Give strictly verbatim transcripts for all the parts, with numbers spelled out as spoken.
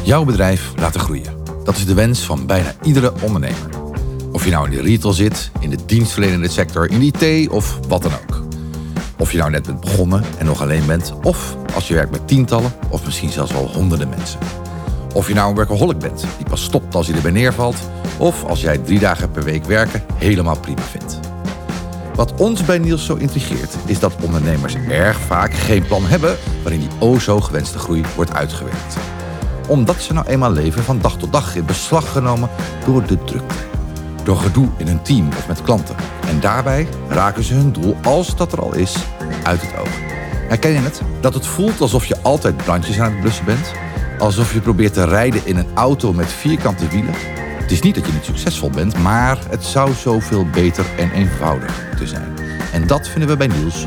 Jouw bedrijf laten groeien. Dat is de wens van bijna iedere ondernemer. Of je nou in de retail zit, in de dienstverlenende sector, in de I T of wat dan ook. Of je nou net bent begonnen en nog alleen bent, of als je werkt met tientallen of misschien zelfs wel honderden mensen. Of je nou een workaholic bent, die pas stopt als hij erbij neervalt, of als jij drie dagen per week werken helemaal prima vindt. Wat ons bij Niels zo intrigeert, is dat ondernemers erg vaak geen plan hebben waarin die o zo gewenste groei wordt uitgewerkt. Omdat ze nou eenmaal leven van dag tot dag in beslag genomen door de drukte. Door gedoe in hun team of met klanten. En daarbij raken ze hun doel, als dat er al is, uit het oog. Herken je het? Dat het voelt alsof je altijd brandjes aan het blussen bent. Alsof je probeert te rijden in een auto met vierkante wielen. Het is niet dat je niet succesvol bent, maar het zou zoveel beter en eenvoudiger moeten zijn. En dat vinden we bij Niels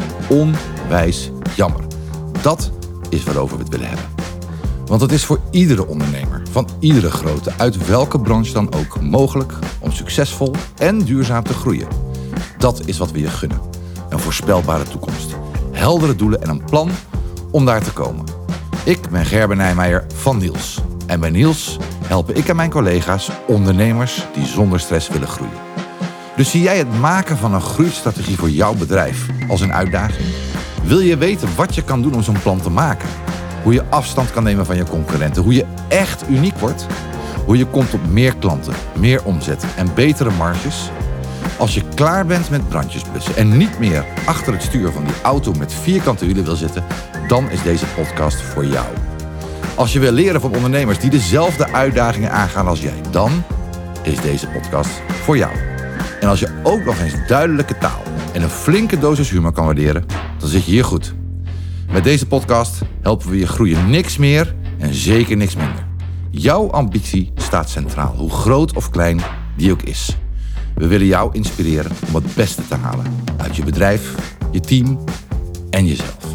onwijs jammer. Dat is waarover we het willen hebben. Want het is voor iedere ondernemer, van iedere grootte, uit welke branche dan ook, mogelijk om succesvol en duurzaam te groeien. Dat is wat we je gunnen. Een voorspelbare toekomst, heldere doelen en een plan om daar te komen. Ik ben Gerben Nijmeijer van Niels. En bij Niels helpen ik en mijn collega's ondernemers die zonder stress willen groeien. Dus zie jij het maken van een groeistrategie voor jouw bedrijf als een uitdaging? Wil je weten wat je kan doen om zo'n plan te maken? Hoe je afstand kan nemen van je concurrenten. Hoe je echt uniek wordt. Hoe je komt op meer klanten, meer omzet en betere marges. Als je klaar bent met brandjes blussen en niet meer achter het stuur van die auto met vierkante wielen wil zitten, dan is deze podcast voor jou. Als je wil leren van ondernemers die dezelfde uitdagingen aangaan als jij, dan is deze podcast voor jou. En als je ook nog eens duidelijke taal en een flinke dosis humor kan waarderen, dan zit je hier goed. Met deze podcast helpen we je groeien niks meer en zeker niks minder. Jouw ambitie staat centraal, hoe groot of klein die ook is. We willen jou inspireren om het beste te halen uit je bedrijf, je team en jezelf.